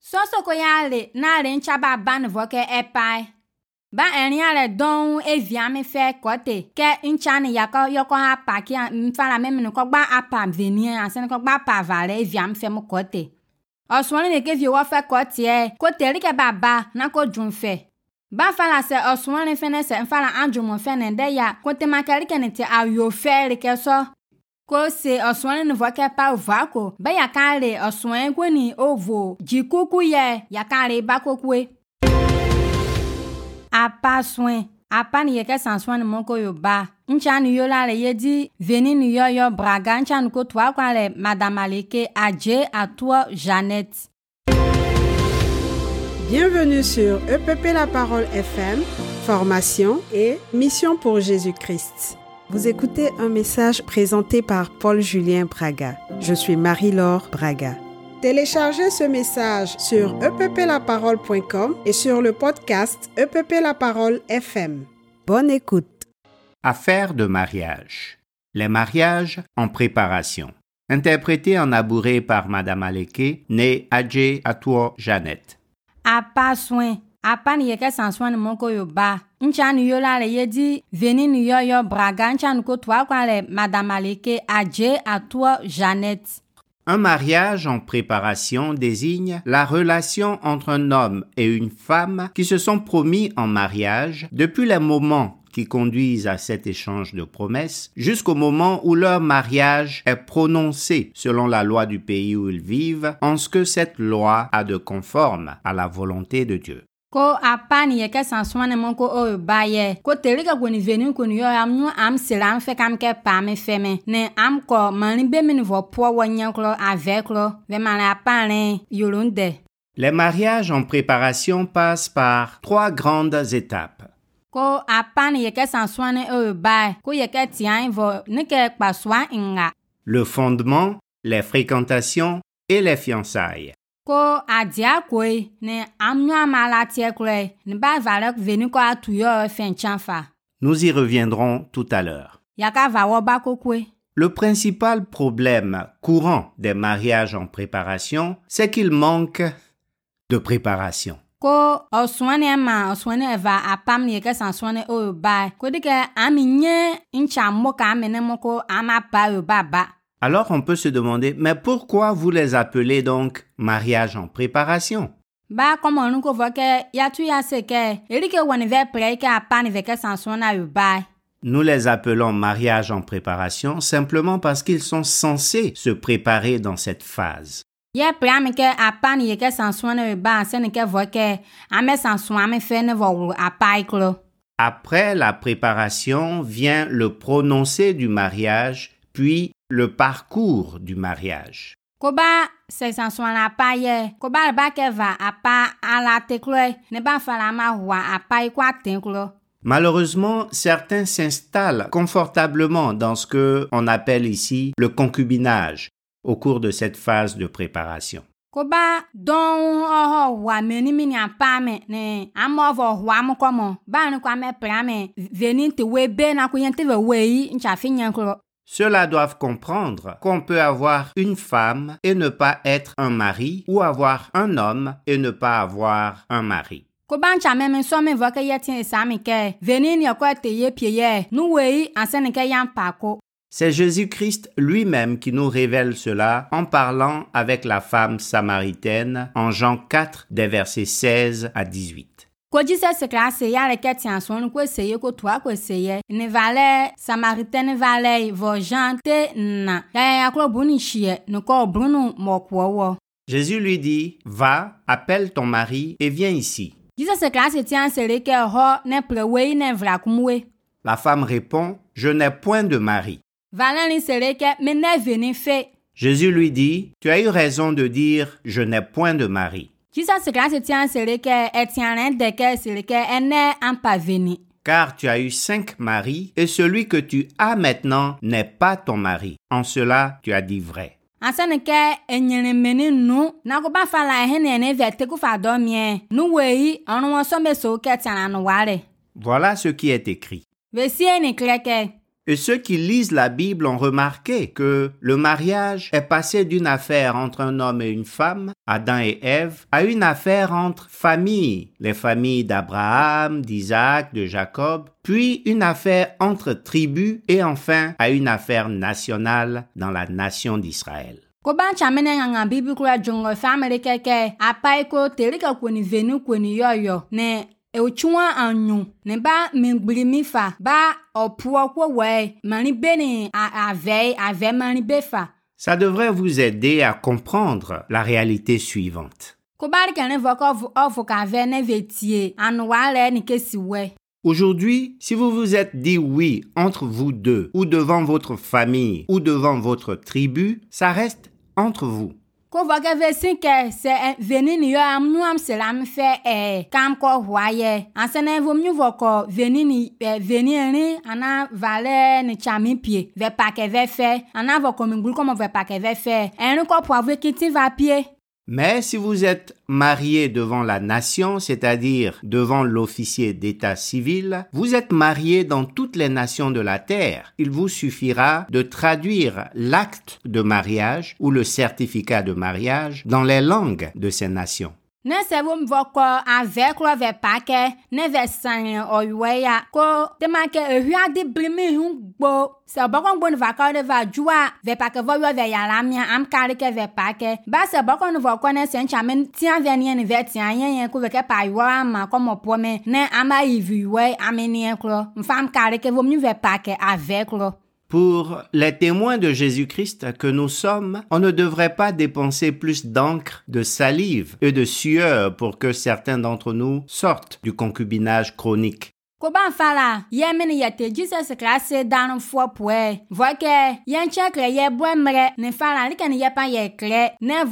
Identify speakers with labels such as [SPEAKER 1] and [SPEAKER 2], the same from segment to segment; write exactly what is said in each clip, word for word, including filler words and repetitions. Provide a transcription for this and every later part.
[SPEAKER 1] Soso ko yale na le nchaba ban voke epai. Ba enia le don e via me fe kote ke nchane yako yoko ha paki mfala meme no kogba apa veni ansen kogba pa vale e via me fe mo kote. Oswani ne ke vi wo fe kote e kote ri ke baba na ko dun fe. Ba fala se oswani fene se mfala anju mo fene de ya kote makari ke ne ti ayo fe ri ke so. Ko se oswani ne voke pa vako ba yakale oswani kwani ovo jikuku ye yakale bakokwe. Apa soin apa ni yeke sans soin moko yo ba ncha ni yo la le yedi veni ni yo yo braga ncha nuko toi kwa le madame Aleke adje à toi Jeannette.
[SPEAKER 2] Bienvenue sur E P P La Parole F M, formation et mission pour Jésus-Christ. Vous écoutez un message présenté par Paul-Julien Braga. Je suis Marie-Laure Braga. Téléchargez ce message sur e p p la parole point com et sur le podcast E P P La Parole F M. Bonne écoute.
[SPEAKER 3] Affaires de mariage. Les mariages en préparation. Interprété en abouré par Madame Aleke, née Adje Atuo Jeannette.
[SPEAKER 1] Apa soin apa ni yeke sans soin moko yo ba ncha ni yo la le yedi veni ni yo yo braga ncha nuko toi kwa le madame Aleke adje Atuo Jeannette.
[SPEAKER 3] Un mariage en préparation désigne la relation entre un homme et une femme qui se sont promis en mariage depuis les moments qui conduisent à cet échange de promesses jusqu'au moment où leur mariage est prononcé selon la loi du pays où ils vivent, en ce que cette loi a de conforme à la volonté de Dieu.
[SPEAKER 1] Ko apa ni yeke sanswane monko o baye ko terika ko ni venu ko ni yo am nu am selam fe kam ke pa me fe me ne am ko mani be me ni vo po wonya klo avec klo ve mala apane yolunde.
[SPEAKER 3] Les mariages en préparation passent par trois grandes étapes.
[SPEAKER 1] Ko apa ni yeke sanswane o baye ko yeke tian vo ne ke paswa inga.
[SPEAKER 3] Le fondement, les fréquentations et les fiançailles.
[SPEAKER 1] Ko adia koi ne amnwa mala tie kle ne ba valek venu ko atuyo fenchanfa.
[SPEAKER 3] Nous y reviendrons tout à l'heure.
[SPEAKER 1] Yaka va wo ba kokwe.
[SPEAKER 3] Le principal problème courant des mariages en préparation, c'est qu'il manque de préparation.
[SPEAKER 1] Ko oswane ma oswane va apam ni ke sanswane o ba ko dike aminye incha moka amene moko ama pa o baba.
[SPEAKER 3] Alors on peut se demander, mais pourquoi vous les appelez donc mariage en préparation?
[SPEAKER 1] Ba comme on ko voke ya tu ya seke erike woni ve pre ke apani ve ke sansona yo ba.
[SPEAKER 3] Nous les appelons mariage en préparation simplement parce qu'ils sont censés se préparer dans cette phase.
[SPEAKER 1] Ye prame ke apani ke sansona yo ba sen ke voke ame sansona me fe ne vo apai klo.
[SPEAKER 3] Après la préparation vient le prononcé du mariage, puis le parcours du mariage.
[SPEAKER 1] Koba se sanswana pa ye, koba ba ke va apa ala teklo ne ba fala ma wa apa kwa tenklo.
[SPEAKER 3] Malheureusement, certains s'installent confortablement dans ce que on appelle ici le concubinage au cours de cette phase de préparation.
[SPEAKER 1] Koba don oho wa meni mini apa me ne amovo wa mo komo ba ne kwa me prame veni te we be na kuyente we we ncha finyanklo.
[SPEAKER 3] Ceux-là doivent comprendre qu'on peut avoir une femme et ne pas être un mari, ou avoir un homme et ne pas avoir un mari. C'est Jésus-Christ lui-même qui nous révèle cela en parlant avec la femme samaritaine en Jean quatre, des versets seize à dix-huit.
[SPEAKER 1] Ko Jesus se classe ya le ketian son ko seye ko toi ko seye ne vale samaritaine vale vo jante na ya ya ko buni chie ne ko brunu mokwo.
[SPEAKER 3] Jésus lui dit, va, appelle ton mari et viens ici.
[SPEAKER 1] Jesus se classe tient se ke ho ne prewe ne vra kumwe.
[SPEAKER 3] La femme répond, je n'ai point de mari.
[SPEAKER 1] Vale ni se ke me ne veni fe.
[SPEAKER 3] Jésus lui dit, tu as eu raison de dire, je n'ai point de mari.
[SPEAKER 1] Jesus classe tient se ke etien de ke se ke ene ampa veni.
[SPEAKER 3] Car tu as eu cinq maris, et celui que tu as maintenant n'est pas ton mari. En cela, tu as dit vrai.
[SPEAKER 1] Asane ke enyere meni nu na ko ba fala ehene ne vete ku fa do mie nu wei onu won so meso ke tiana no ware.
[SPEAKER 3] Voilà ce qui est écrit.
[SPEAKER 1] Verset ni kleke.
[SPEAKER 3] Et ceux qui lisent la Bible ont remarqué que le mariage est passé d'une affaire entre un homme et une femme, Adam et Ève, à une affaire entre familles, les familles d'Abraham, d'Isaac, de Jacob, puis une affaire entre tribus et enfin à une affaire nationale dans la nation d'Israël.
[SPEAKER 1] Ko ban chamene nganga bibi kura jongo family keke apai ko terika kweni venu kweni yoyo ne e uchwa anyu ne ba mengbiri mifa ba opuo ko we mani beni a ave ave mani befa.
[SPEAKER 3] Ça devrait vous aider à comprendre la réalité suivante.
[SPEAKER 1] Ko bari kene voko ofu ka ve ne vetie anu wale ni kesi we.
[SPEAKER 3] Aujourd'hui, si vous vous êtes dit oui entre vous deux, ou devant votre famille, ou devant votre tribu, ça reste entre vous.
[SPEAKER 1] Ko voke vesin ke se veni ni yo am nu am selam fe e kam ko hwaye ansene vo mnu voko veni ni veni ni ana vale ni chami pie ve pa ke ve fe ana voko mingul comme ve pa ke ve fe en ko poivre kiti va pie.
[SPEAKER 3] Mais si vous êtes marié devant la nation, c'est-à-dire devant l'officier d'état civil, vous êtes marié dans toutes les nations de la terre. Il vous suffira de traduire l'acte de mariage ou le certificat de mariage dans les langues de ces nations.
[SPEAKER 1] Ne se vous voko avec lo ve pake ne ve sanye oyweya ko te make ehua di blimi hungbo se bokon bon va ka de va jua ve pake vo yo ve yala mia am kare ke ve pake ba se bokon vo ko ne se nchamen tian ve ne ve tian yen ko ve ke pa yo ama como pome ne ama iviwe ameni kro mfam kare ke vo mu ve pake avec lo.
[SPEAKER 3] Pour les témoins de Jésus-Christ que nous sommes, on ne devrait pas dépenser plus d'encre, de salive et de sueur pour que certains d'entre nous sortent du concubinage chronique.
[SPEAKER 1] Ko ban fala yemen yete Jesus classe dan fo poe voke yen chekle ye boemre ne fala liken ye pa ye kle ne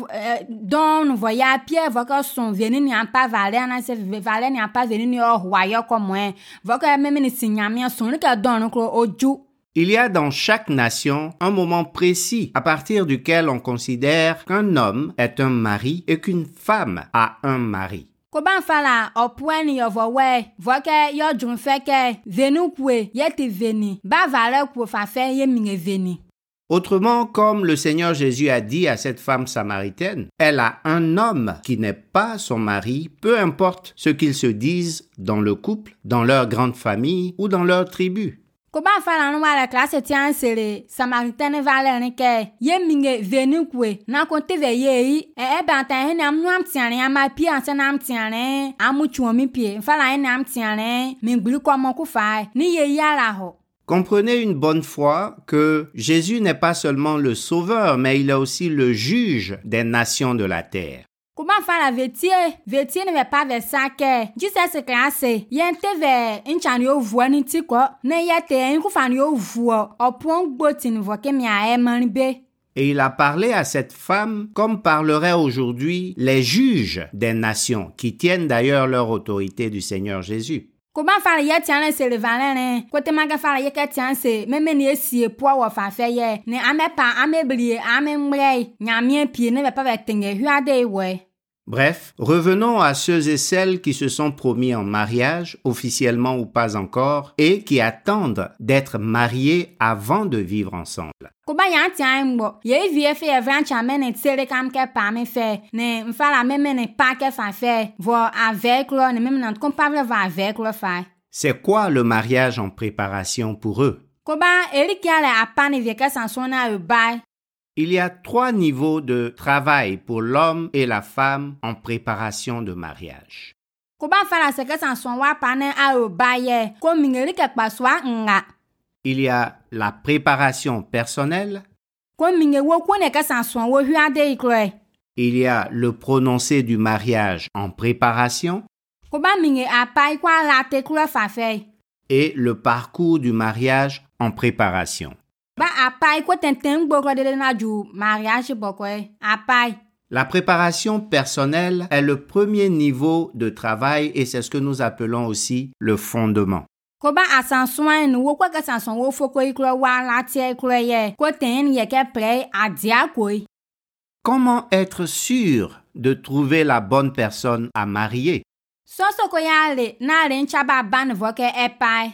[SPEAKER 1] don voya pie voke son veni ni ampa vale na se vale ni ampa veni ni o hwayo comme voke même ni signamia son ke don ko oju.
[SPEAKER 3] Il y a dans chaque nation un moment précis à partir duquel on considère qu'un homme est un mari et qu'une femme a un mari.
[SPEAKER 1] Ko ban fala opweni yo vowe voke yo jun feke venu kwe yeti veni ba vale ko fa fe ye minge veni.
[SPEAKER 3] Autrement, comme le Seigneur Jésus a dit à cette femme samaritaine, elle a un homme qui n'est pas son mari, peu importe ce qu'ils se disent dans le couple, dans leur grande famille ou dans leur tribu.
[SPEAKER 1] Ko ban fala no wala classe tian sele samaritaine vale ne ke ye minge venu kwe na konte ve ye yi e e ban tan he nam nuam tiane ama pi anse nam tiane amu chuomi pie fala he nam tiane min gbulu ko mon ku fa ni ye yala ho.
[SPEAKER 3] Comprenez une bonne fois que Jésus n'est pas seulement le sauveur, mais il est aussi le juge des nations de la terre.
[SPEAKER 1] Comment faire la vétie? Vétie ne va pas vers ça que Jesus classe. Yente ve inchan yo voix ni tiko. Ne yete inku fan yo voix. Au point botin voix que mi a emanbe.
[SPEAKER 3] Et il a parlé à cette femme comme parleraient aujourd'hui les juges des nations, qui tiennent d'ailleurs leur autorité du Seigneur Jésus.
[SPEAKER 1] Comment faire ye tian se le valene? Kote maga faire ye ke tian se même ni esie po wa fa fe ye. Ne ame pa ame blie ame mrei. Nyamien pie ne va pas ve tenge huade we.
[SPEAKER 3] Bref, revenons à ceux et celles qui se sont promis en mariage, officiellement ou pas encore, et qui attendent d'être mariés avant de vivre ensemble.
[SPEAKER 1] Koba yan tian mbo, ye vie fe evran chamene tsere kam ke pa me fe, ne mfala meme ne pa ke fa fe, vo avec lo, ne meme nan compare va avec lo fa.
[SPEAKER 3] C'est quoi le mariage en préparation pour eux?
[SPEAKER 1] Koba eri kiale apane vie ke sansona e bay.
[SPEAKER 3] Il y a trois niveaux de travail pour l'homme et la femme en préparation de mariage. Il y a la préparation personnelle. Il y a le prononcé du mariage en préparation. Et le parcours du mariage en préparation. La préparation personnelle est le premier niveau de travail et c'est ce que nous appelons aussi le fondement. Comment être sûr de trouver la bonne personne à marier?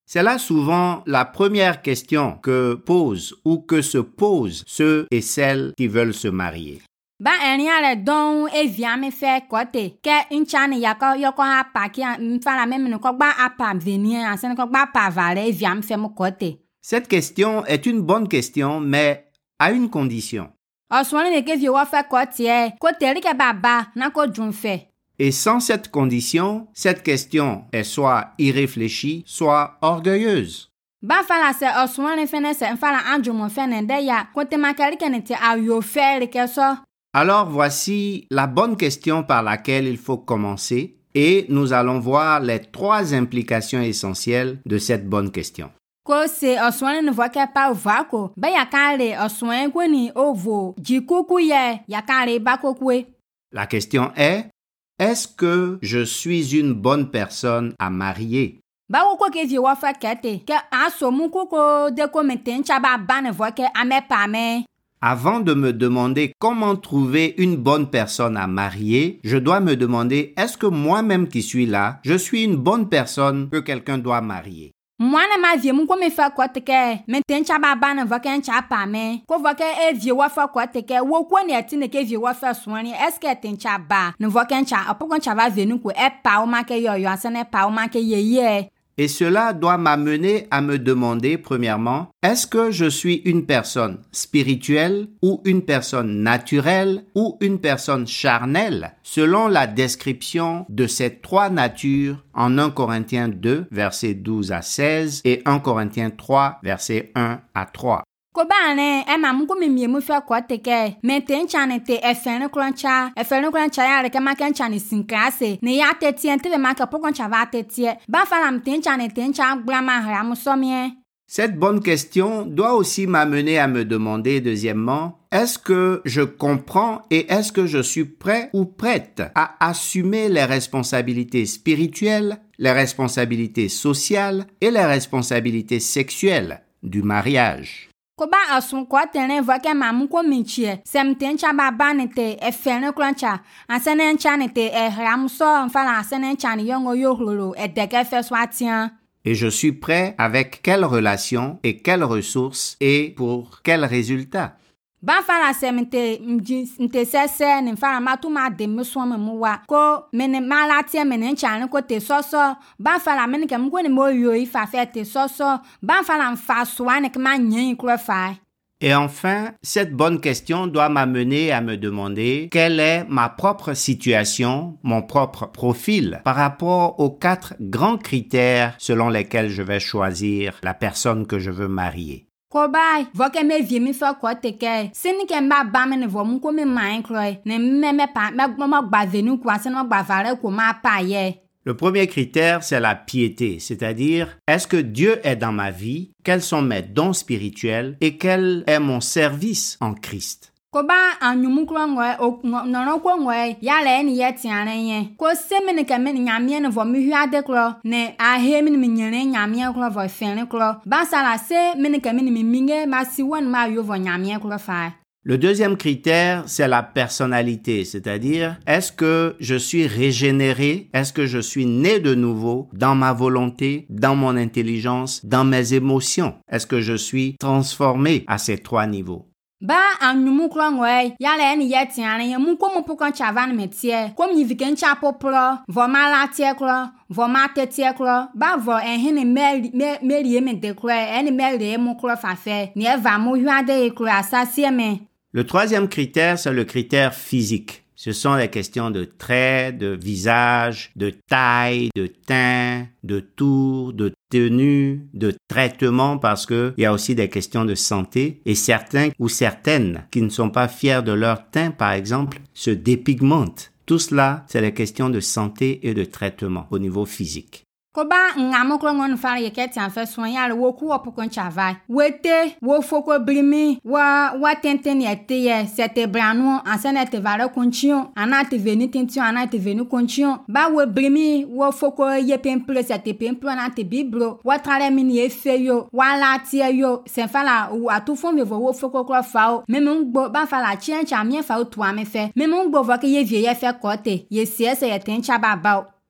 [SPEAKER 3] C'est là souvent la première question que posent ou que se posent ceux et celles qui veulent se marier.
[SPEAKER 1] Ba enia le don evia me fe kote ke inchani yako yoko ha paki mfala meme no kokba apa venir ansen kokba pa vale evia me fe mo kote.
[SPEAKER 3] Cette question est une bonne question, mais à une condition.
[SPEAKER 1] Oswani ne ke vie wa fe kote kote ri ke baba na ko djun fe.
[SPEAKER 3] Et sans cette condition, cette question est soit irréfléchie, soit orgueilleuse.
[SPEAKER 1] Ba fala se oswani fene se mfala anju mo fene de ya kote makari kenete ayo fe ke so.
[SPEAKER 3] Alors voici la bonne question par laquelle il faut commencer et nous allons voir les trois implications essentielles de cette bonne question.
[SPEAKER 1] Ko se oswani ne voit ke pa vako ba yakale oswani ko ni ovo jikuku ye yakale bakokwe.
[SPEAKER 3] La question est: est-ce que je suis une bonne personne à marier?
[SPEAKER 1] Ba ko ke vie wa fa kete ke aso mu ko de ko meten chaba ba ne voit ke ame pa me.
[SPEAKER 3] Avant de me demander comment trouver une bonne personne à marier, je dois me demander, est-ce que moi-même qui suis là, je suis une bonne personne que quelqu'un doit marier?
[SPEAKER 1] Moi, ma vie, mon comme fait quoi te que, maintenant chaba ba ne va qu'un chapa me, ko va que e vie wa fa quoi te que, wo ko ne tine que vie wa fa soigner, est-ce que ten chaba ne va qu'un cha, pour qu'on chaba venu ko e pa o ma que yo yo, ça n'est pas o ma que ye ye.
[SPEAKER 3] Et cela doit m'amener à me demander, premièrement, est-ce que je suis une personne spirituelle ou une personne naturelle ou une personne charnelle, selon la description de ces trois natures en premier Corinthiens deux, versets douze à seize et premier Corinthiens trois, versets un à trois.
[SPEAKER 1] Ko ba ne e ma mu ko mi mu fa ko te ke meten chane te e fe ne kroncha e fe ne kroncha ya re ke ma kan chane sinkrase ne ya te tien te ma ka pokon chava te tie ba fa lam ten chane ten cha gla ma ra mu somie.
[SPEAKER 3] Cette bonne question doit aussi m'amener à me demander, deuxièmement, est-ce que je comprends et est-ce que je suis prêt ou prête à assumer les responsabilités spirituelles, les responsabilités sociales et les responsabilités sexuelles du mariage?
[SPEAKER 1] Ko ba asun ko tene va ke mamu ko minchie sem ten cha baba ne te e fene klancha ansene ncha ne te e ramso mfala ansene ncha ne yongo yohlolo e de ke fe swatian.
[SPEAKER 3] Et je suis prêt avec quelle relation et quelles ressources et pour quel résultat?
[SPEAKER 1] Ba fala se mte mte sese ne fala ma tu ma de me so me wa ko mene mala tie mene ncha ne ko te soso ba fala mene ke mko ne mo yo ifa fe te soso ba fala mfa soa ne ke ma nyen kro fa.
[SPEAKER 3] Et enfin, cette bonne question doit m'amener à me demander quelle est ma propre situation, mon propre profil par rapport aux quatre grands critères selon lesquels je vais choisir la personne que je veux marier.
[SPEAKER 1] Ko bai vo ke me vie mi fa ko te ke sini ke mba ba me ne vo mu ko me man kroi ne me me pa me mo gba venu ko asen mo gba vare ko ma pa ye.
[SPEAKER 3] Le premier critère, c'est la piété, c'est-à-dire, est-ce que Dieu est dans ma vie, quels sont mes dons spirituels et quel est mon service en Christ?
[SPEAKER 1] Ko ba anyumu kro ngwe no ko ngwe ya le ni ye tiare yen ko se me ne ke me nyame ne vo mi hu ade kro ne a he me ne nyere nyame kro vo fene kro ba sala se me ne ke me ne minge ma si won ma yo vo nyame kro fa.
[SPEAKER 3] Le deuxième critère, c'est la personnalité, c'est-à-dire, est-ce que je suis régénéré, est-ce que je suis né de nouveau dans ma volonté, dans mon intelligence, dans mes émotions? Est-ce que je suis transformé à ces trois niveaux?
[SPEAKER 1] Ba anyumu kro ngwe ya le ni ye tiare yen mu ko mu pokon chavan metie ko mi viken cha popro vo mala tie kro vo ma te tie kro ba vo ehene meri meri me de kro eni meri mu kro fa fe ni e va mu huade kro asasie me.
[SPEAKER 3] Le troisième critère, c'est le critère physique. Ce sont les questions de traits, de visage, de taille, de teint, de tour, de tenue, de traitement, parce que il y a aussi des questions de santé. Et certains ou certaines qui ne sont pas fiers de leur teint, par exemple, se dépigmentent. Tout cela, c'est les questions de santé et de traitement au niveau physique.
[SPEAKER 1] Ko ba ngamo kro ngon fa ye ke tian fe soin ya wo ku op kon chava wete wo foko brimi wa wa tenten ye te ye c'était brano ansene te vale konchion ana te veni tention ana te veni konchion ba wo brimi wo foko ye pemple c'était pemple ana te biblo wa trale mini e fe yo wa la tie yo se fa la wa tu fon me wo foko kro fa o même ngbo ba fa la chien cha mien fa o to ame fe même ngbo va ke ye vie ye fe kote ye sie se ye ten cha ba ba.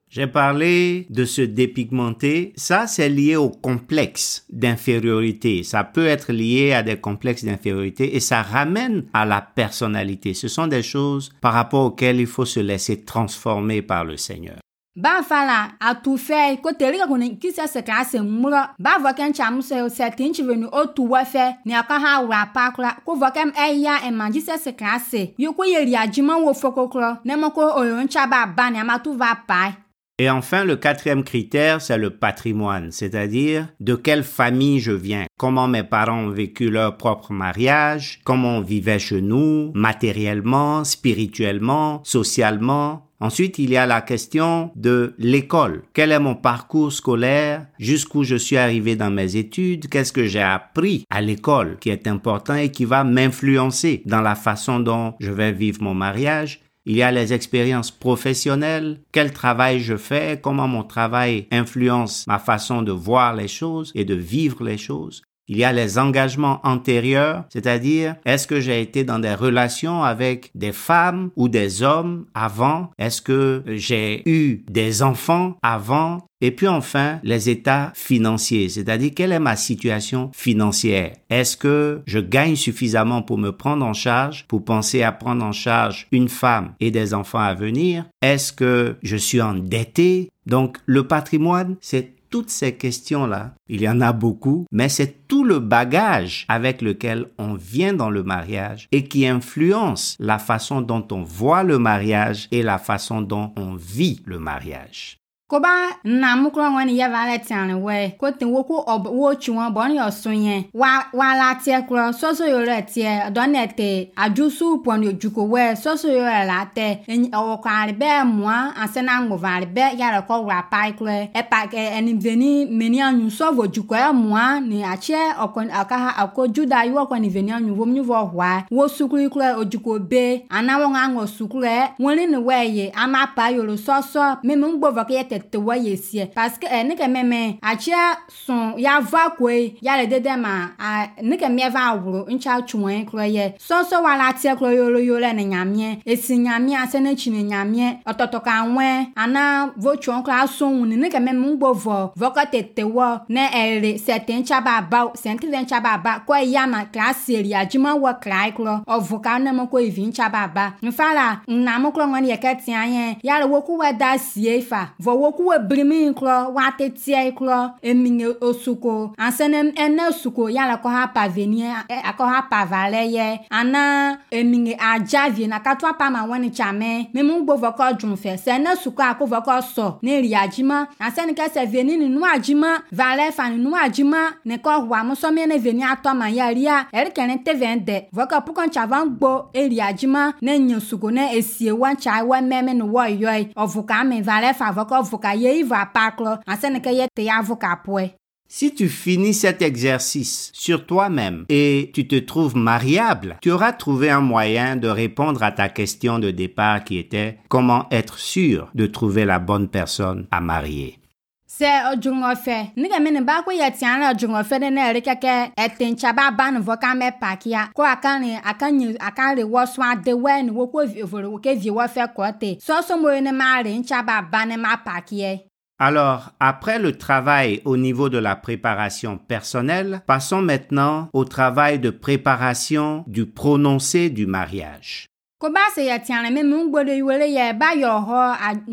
[SPEAKER 3] J'ai parlé de se dépigmenter. Ça, c'est lié au complexe d'infériorité. Ça peut être lié à des complexes d'infériorité et ça ramène à la personnalité. Ce sont des choses par rapport auxquelles il faut se laisser transformer par le Seigneur.
[SPEAKER 1] Ba fala a tu fe ko tele ka kuni kisa se klase mura ba voken chamu se se tinchi venu o tu wa fe ni aka ha wa pa kla ko vokem e ya e manji se se klase yo ko yeri ajima wo fokokro ne moko oyon cha ba ba ni ama tu va pa.
[SPEAKER 3] Et enfin, le quatrième critère, c'est le patrimoine, c'est-à-dire de quelle famille je viens, comment mes parents ont vécu leur propre mariage, comment on vivait chez nous, matériellement, spirituellement, socialement. Ensuite, il y a la question de l'école. Quel est mon parcours scolaire? Jusqu'où je suis arrivé dans mes études? Qu'est-ce que j'ai appris à l'école qui est important et qui va m'influencer dans la façon dont je vais vivre mon mariage? Il y a les expériences professionnelles, quel travail je fais, comment mon travail influence ma façon de voir les choses et de vivre les choses. Il y a les engagements antérieurs, c'est-à-dire est-ce que j'ai été dans des relations avec des femmes ou des hommes avant? Est-ce que j'ai eu des enfants avant? Et puis enfin, les états financiers, c'est-à-dire quelle est ma situation financière? Est-ce que je gagne suffisamment pour me prendre en charge, pour penser à prendre en charge une femme et des enfants à venir? Est-ce que je suis endetté? Donc, le patrimoine, c'est toutes ces questions-là, il y en a beaucoup, mais c'est tout le bagage avec lequel on vient dans le mariage et qui influence la façon dont on voit le mariage et la façon dont on vit le mariage.
[SPEAKER 1] Koba na mukro ngani ya vale tiane we ko tin wo ko ob wo chiwon bon yo sunye wa wa la tie kro so so yo le tie don ete ajusu pon yo juko we so so yo la te en o kware be moi ansena ngovale be ya le ko wa pai kro e pa eni veni meni anu so vo juko e moi ni ache okon aka akko juda yo okon veni anu wo mnu vo hwa wo sukuri kro o juko be anawo ngo sukure woni ni we ye ama pa yo lo so so me mu gbo vo ke te wa yesie parce que eh, ne ke meme achia son ya va kwe ya le dede ma a ne ke me va wuro ncha twon kro ye so so wala tie kro yo yo le ne nyame esi nyame ase na chi ne nyame ototoka nwe ana vo twon kro aso wuni ne ke meme ngbo vo vo ka tete wo ne ele certain cha ba ba certain cha ba ba ko ya ma classe ri ajima wo krai kro ovuka na mo ko evin cha ba ba mfala na mo kro ngani ye ka tian ya le wo ku wa da sie fa vo wo ku brimi kro wa tetie kro eminge osuko ansenem ene suko ya la ko ha pavenia akọ ha pavale ye ana eminge ajavie na katwa pa ma woni chame memu gbo voko junfe se ne suko akọ voko so ne riajima ansene ka se veni ni nu ajima vale fa ni nu ajima ne ko wa mo so me ne veni ato ma ya ria eri kene te vende voko pukon chavan gbo eriajima ne nyosuko ne esie wan chai wa meme no wo yoy ovuka me vale fa voko vuka ye va paklo ansene ke ye te avoka poe.
[SPEAKER 3] Si tu finis cet exercice sur toi-même et tu te trouves mariable, tu auras trouvé un moyen de répondre à ta question de départ qui était comment être sûr de trouver la bonne personne à marier.
[SPEAKER 1] C'est ojungo fe ni ga mene ba ko ye tian la ojungo fe de na re keke etencha ba ban vo ka me pakia ko akani akanyi akare wo so ade we ni wo ko vivoro ke vi wo fe ko te so so mo ne ma re ncha ba ban ma pakia.
[SPEAKER 3] Alors, après le travail au niveau de la préparation personnelle, passons maintenant au travail de préparation du prononcé du mariage.
[SPEAKER 1] Ko ba se ya tian le me mu gbodo iwele ye ba yo ho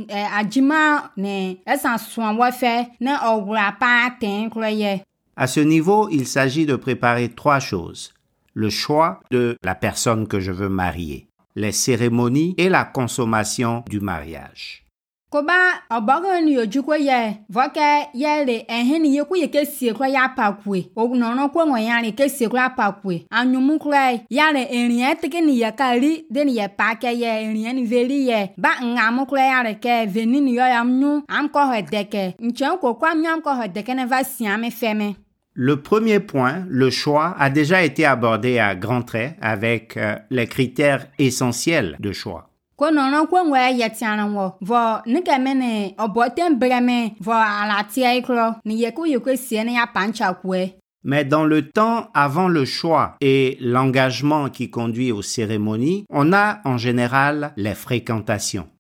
[SPEAKER 1] ajima ne esan suan wo fe ne owura pa ten kro ye.
[SPEAKER 3] À ce niveau, il s'agit de préparer trois choses. Le choix de la personne que je veux marier, les cérémonies et la consommation du mariage.
[SPEAKER 1] Koba obogo ni ojuko ye voke ye le eheni ye ku ye ke sie kro ya pakwe ognono ko won ya le ke sie kro pakwe anyumu kro ya le erin etike ni ye kali de ni ye pake ye erin ni veli ye ba ngamu kro ya le ke veni ni yo yamnu am ko hedeke nchen ko kwa nyam ko hedeke ne va siame feme.
[SPEAKER 3] Le premier point, le choix, a déjà été abordé à grands traits avec euh, les critères essentiels de choix.
[SPEAKER 1] Ko nono ko ngwe ye tiana wo vo ni ke mene oboten breme vo ala tie kro ni ye ku ye ku sie ne ya pancha kwe.
[SPEAKER 3] Mais dans le temps avant le choix et l'engagement qui conduit aux cérémonies, on a en général les fréquentations.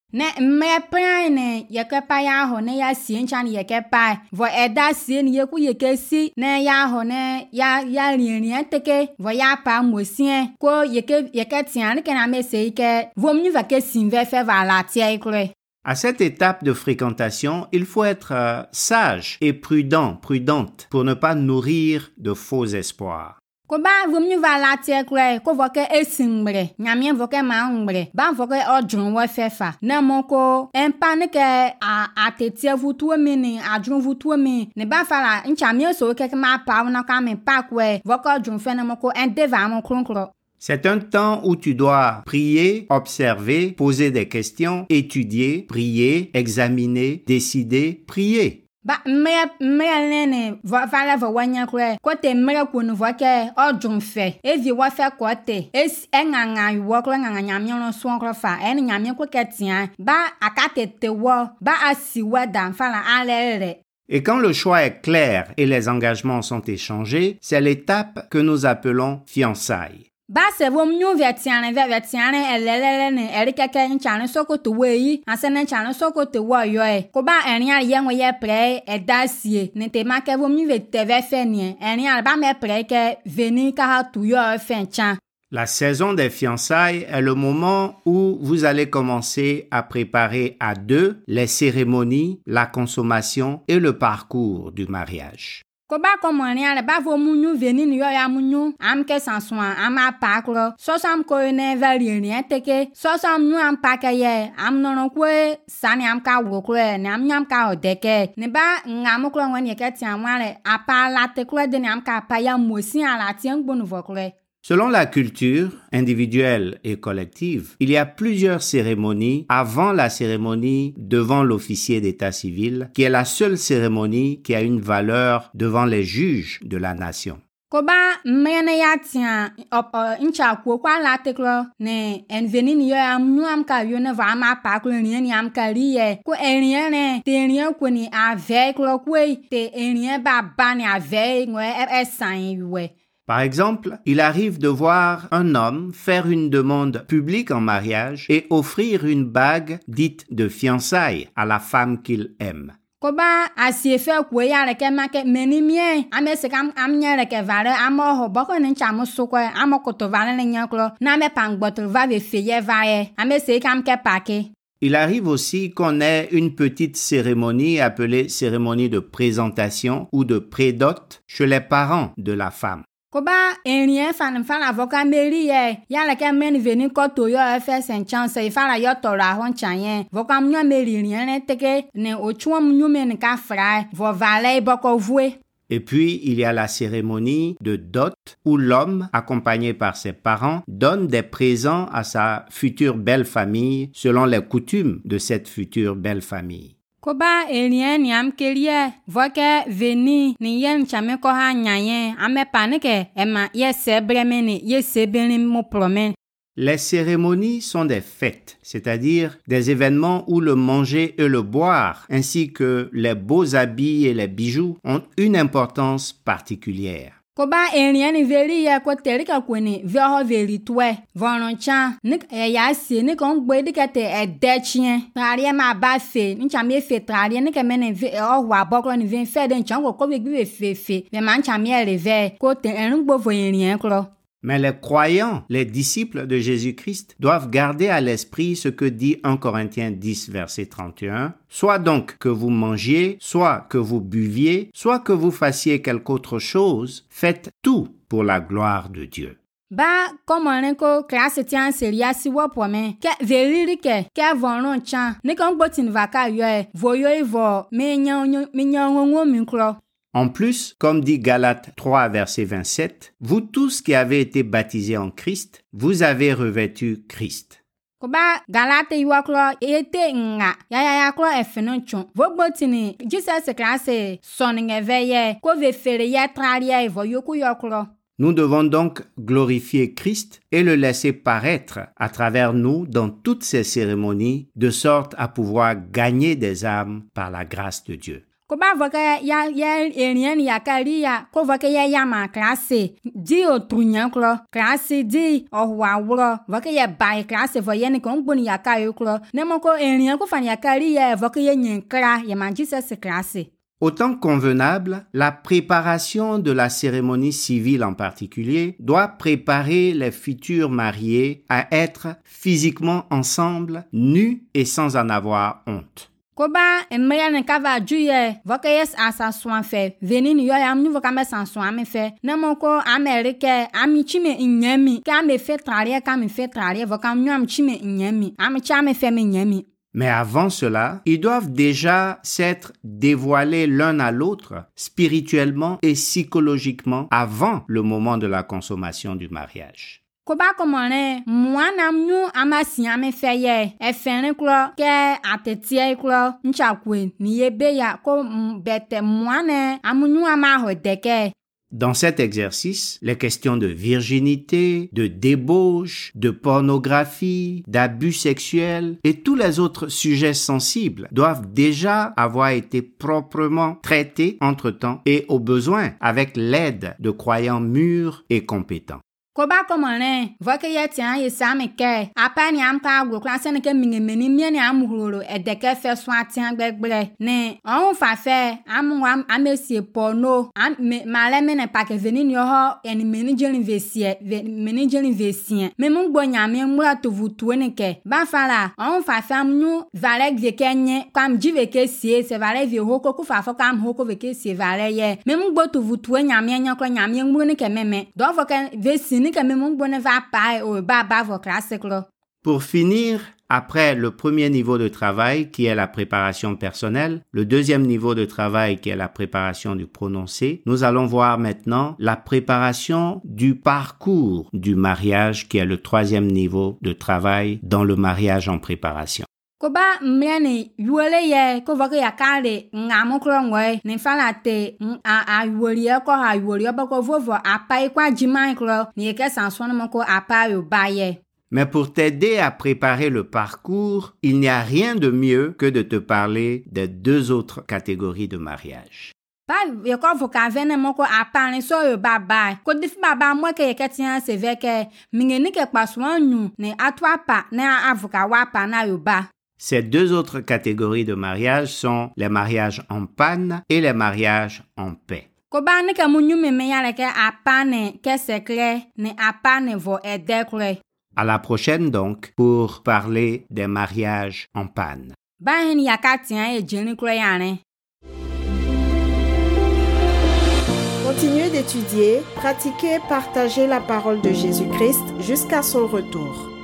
[SPEAKER 1] Ne me pran ne yeke pa ya ho ne ya si nchan yeke pa vo eda si ni yeku yeke si ne ya ho ne ya ya rien rien teke vo ya pa mosien ko yeke yeke tian ke na me se ke vo mnu va ke sinve fe va la tie ikre.
[SPEAKER 3] À cette étape de fréquentation, il faut être euh, sage et prudent, prudente pour ne pas nourrir de faux espoirs.
[SPEAKER 1] Ko ba vo mnu va la tie ikre ko vo ke esimbre nyamien vo ke ma ngbre ba vo ke odrun wo fe fa na mo ko empa ne ke a atetie vutu mi ni adrun vutu mi ne ba fa la ncha mi so ke ma pa na ka me pa kwe vo ko odrun fe na mo ko en deva mo kronkro.
[SPEAKER 3] C'est un temps où tu dois prier, observer, poser des questions, étudier, prier, examiner, décider, prier.
[SPEAKER 1] Ba me me nene va va la va wanya kre ko te mere ko no va ke odrun fe e vi wa fe ko te es enganga wo kro nganga nyamye no so kro fa en nyamye ko ketia ba akate te wo ba asi wa dan fa la alere.
[SPEAKER 3] Et quand le choix est clair et les engagements sont échangés, c'est l'étape que nous appelons fiançailles.
[SPEAKER 1] Ba se vom nyu vetiane ve vetiane elelele ne erike ke nchane sokoto wei asene nchane sokoto wo yo e ko ba enia ye nwe ye pre e dasie ne te ma ke vom nyu veteve fe ni enia ba me pre ke veni ka ha tu yo fe ncha.
[SPEAKER 3] La saison des fiançailles est le moment où vous allez commencer à préparer à deux les cérémonies, la consommation et le parcours du mariage.
[SPEAKER 1] Ko ba ko mo ni ale ba vo munyu veni ni yo ya munyu am ke sanswa am apakro so sam ko ne vali ni eteke so sam nu am pakaye am no no kwe sani am ka wo kwe ni am nyam ka odeke ne ba ngam kro won ye ke tian wale apa la te kro de ni am ka pa ya mosi ala tien gbonu vo kre.
[SPEAKER 3] Selon la culture individuelle et collective, il y a plusieurs cérémonies avant la cérémonie devant l'officier d'état civil, qui est la seule cérémonie qui a une valeur devant les juges de la nation.
[SPEAKER 1] Ko ba mene ya tian op ncha ko kwa la teklo ne en veni ni yo am nu am ka yo ne va ma pa ko ni ni am ka riye ko enien ne te enien ko ni avec lo ko te enien ba ba ni avec ngwe e san we.
[SPEAKER 3] Par exemple, il arrive de voir un homme faire une demande publique en mariage et offrir une bague dite de fiançailles à la femme qu'il aime.
[SPEAKER 1] Ko ba asie fe ko ya le ke ma ke meni mien ame se kam am nya le ke vale amo ho boko ne ncha mo so ko amo ko to vale ne nya klo na me pang bottle va ve feye va e ame se kam ke pake.
[SPEAKER 3] Il arrive aussi qu'on ait une petite cérémonie appelée cérémonie de présentation ou de prédot chez les parents de la femme.
[SPEAKER 1] Ko ba enien fan fan avoka meri ye ya la ke men veni ko to yo fe sen chance e fa la yo to la hon chanyen voka mnyo meri rien ne teke ne o chuo mnyo men ka fra vo vale boko voué.
[SPEAKER 3] Et puis, il y a la cérémonie de dot où l'homme, accompagné par ses parents, donne des présents à sa future belle famille selon les coutumes de cette future belle famille.
[SPEAKER 1] Ko ba enien ni am kelie voke veni ni yen chame ko ha nyayen ame panike ema ye se bremene ye se benim mo promen.
[SPEAKER 3] Les cérémonies sont des fêtes, c'est-à-dire des événements où le manger et le boire, ainsi que les beaux habits et les bijoux, ont une importance particulière.
[SPEAKER 1] Ko ba enien ni veli ya ko terika kweni vho veli twe vonon chan nik e ya si ni kon gbe dikete e dechien trarie ma ba fe ni chame fe trarie ni kemene o wa bokro ni vin fe den chan ko ko be fe fe me man chame ele ve ko te en gbo vo enien kro.
[SPEAKER 3] Mais les croyants, les disciples de Jésus-Christ, doivent garder à l'esprit ce que dit premier Corinthiens dix, verset trente et un. Soit donc que vous mangiez, soit que vous buviez, soit que vous fassiez quelque autre chose, faites tout pour la gloire de Dieu.
[SPEAKER 1] Ba comme ko classe tian seria si wo pome ke veriri ke ke vonon chan ne kon botin vaka yo e voyo e vo me nyan me nyan ngo mi kro.
[SPEAKER 3] En plus, comme dit Galates trois, verset vingt-sept, vous tous qui avez été baptisés en Christ, vous avez revêtu Christ.
[SPEAKER 1] Ko ba Galate yo klo ete nga ya ya ya klo e fenon chon vo botini Jesus classe soninge veye ko ve fere ya tralia e voyo ku yo klo.
[SPEAKER 3] Nous devons donc glorifier Christ et le laisser paraître à travers nous dans toutes ces cérémonies, de sorte à pouvoir gagner des âmes par la grâce de Dieu.
[SPEAKER 1] Ko ba voke ya ya enien ya kalia ko voke ya ya ma classe di o trunya klo classe di o wa wro voke ya bai classe vo ye ni ko ngboni ya ka yo klo ne mo ko enien ko fan ya kalia voke ya nyen kra ya ma Jesus classe.
[SPEAKER 3] Autant convenable, la préparation de la cérémonie civile en particulier doit préparer les futurs mariés à être physiquement ensemble, nus et sans en avoir honte.
[SPEAKER 1] Koba emeya ne kava juye voke yes asa soin fe veni ni yo ya mnu voka me san soin me fe ne moko Amerike ami chime nyemi ka me fe tralie ka me fe tralie voka mnu am chime nyemi ami cha me fe me nyemi.
[SPEAKER 3] Mais avant cela, ils doivent déjà s'être dévoilés l'un à l'autre, spirituellement et psychologiquement, avant le moment de la consommation du mariage.
[SPEAKER 1] Koba komone mwana mnu amasi ame feye e fene klo ke atetie klo nchakwe ni yebe ya ko bete mwane amunyu ama hodeke.
[SPEAKER 3] Dans cet exercice, les questions de virginité, de débauche, de pornographie, d'abus sexuels et tous les autres sujets sensibles doivent déjà avoir été proprement traités entre-temps et au besoin avec l'aide de croyants mûrs et compétents.
[SPEAKER 1] Koba komone voke ye tian ye same ke apa ni am ka gro classe ne ke mingemeni mie ni amuhoro edeke fe so atian gbegble ne on fa fe amwa amesie porno am male mene pa ke veni ni ho eni meni jeli vesie meni jeli vesie me mu gbo nyame mura to vutu ne ke ba fala on fa fe amnu vale gve kenye kam jive ke sie se vale vie hoko ku fa fo kam hoko ve ke sie vale ye me mu gbo to vutu nyame nya kro nyame mu ne ke meme do voke vesi
[SPEAKER 3] Pour finir, après le premier niveau de travail qui est la préparation personnelle, le deuxième niveau de travail qui est la préparation du prononcé, nous allons voir maintenant la préparation du parcours du mariage qui est le troisième niveau de travail dans le mariage en préparation.
[SPEAKER 1] Koba mene yuele ye ko voke ya kale ngamo krongwe ne falate a a yuele ko ha yuele ba ko vovo apai kwa jimai kro ni ke sanso no ko apai yo baye.
[SPEAKER 3] Mais pour t'aider à préparer le parcours, il n'y a rien de mieux que de te parler des deux autres catégories de mariage.
[SPEAKER 1] Ba ye ko voka vene mo ko apane so yo baba ko dif baba mo ke ke tian se veke mingeni ke paswan nu ne atwa pa na avoka wa pa na yo ba.
[SPEAKER 3] Ces deux autres catégories de mariage sont les mariages en panne et les mariages en paix. À la prochaine donc pour parler des mariages en panne.
[SPEAKER 2] Continuez d'étudier, pratiquer et partager la parole de Jésus-Christ jusqu'à son retour.